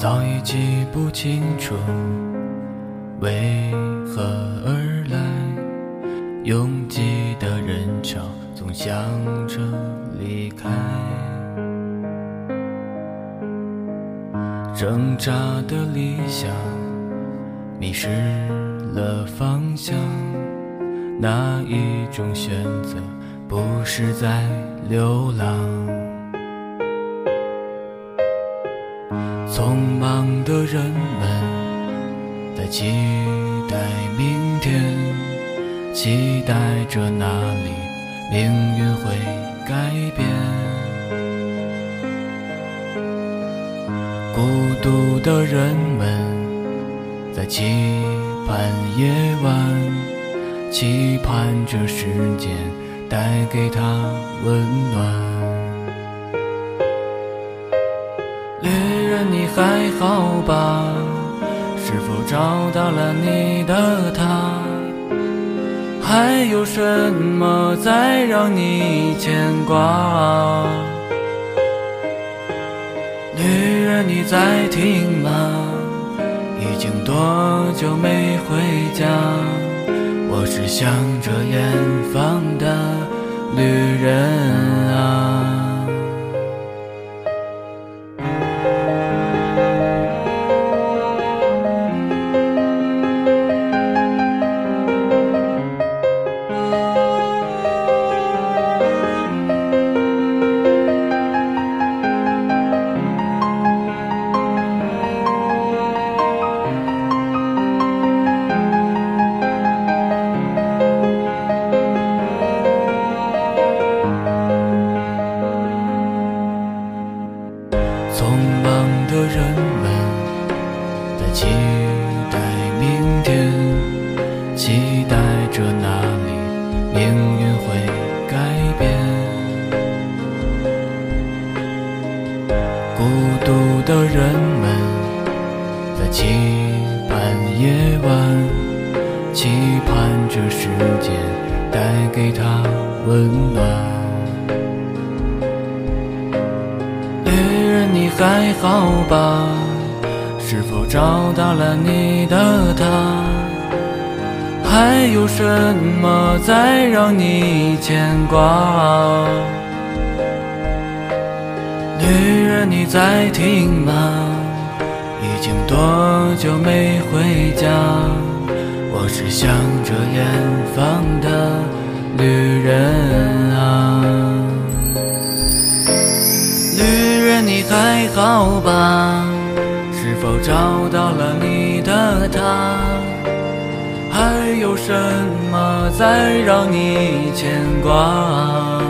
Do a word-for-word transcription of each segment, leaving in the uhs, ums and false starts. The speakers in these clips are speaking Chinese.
早已记不清楚为何而来，拥挤的人潮总想着离开，挣扎的理想迷失了方向，那一种选择不是在流浪。匆忙的人们在期待明天，期待着哪里命运会改变。孤独的人们在期盼夜晚，期盼着时间带给他温暖。恋人你还好吧？是否找到了你的他？还有什么在让你牵挂？女人你在听吗？已经多久没回家？我是向着远方的旅人啊。匆忙的人们在期待明天，期待着哪里命运会改变。孤独的人们在期盼夜晚，期盼着时间带给他温暖。你还好吧？是否找到了你的他？还有什么在让你牵挂？女人你在听吗？已经多久没回家？我是向着远方的旅人啊。旅人你还好吧？是否找到了你的他？还有什么在让你牵挂？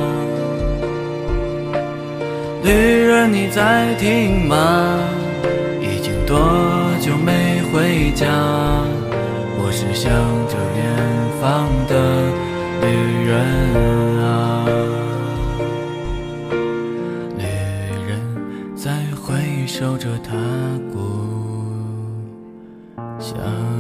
旅人你在听吗？已经多久没回家？我是向着远方的旅人啊。在回首着踏故乡。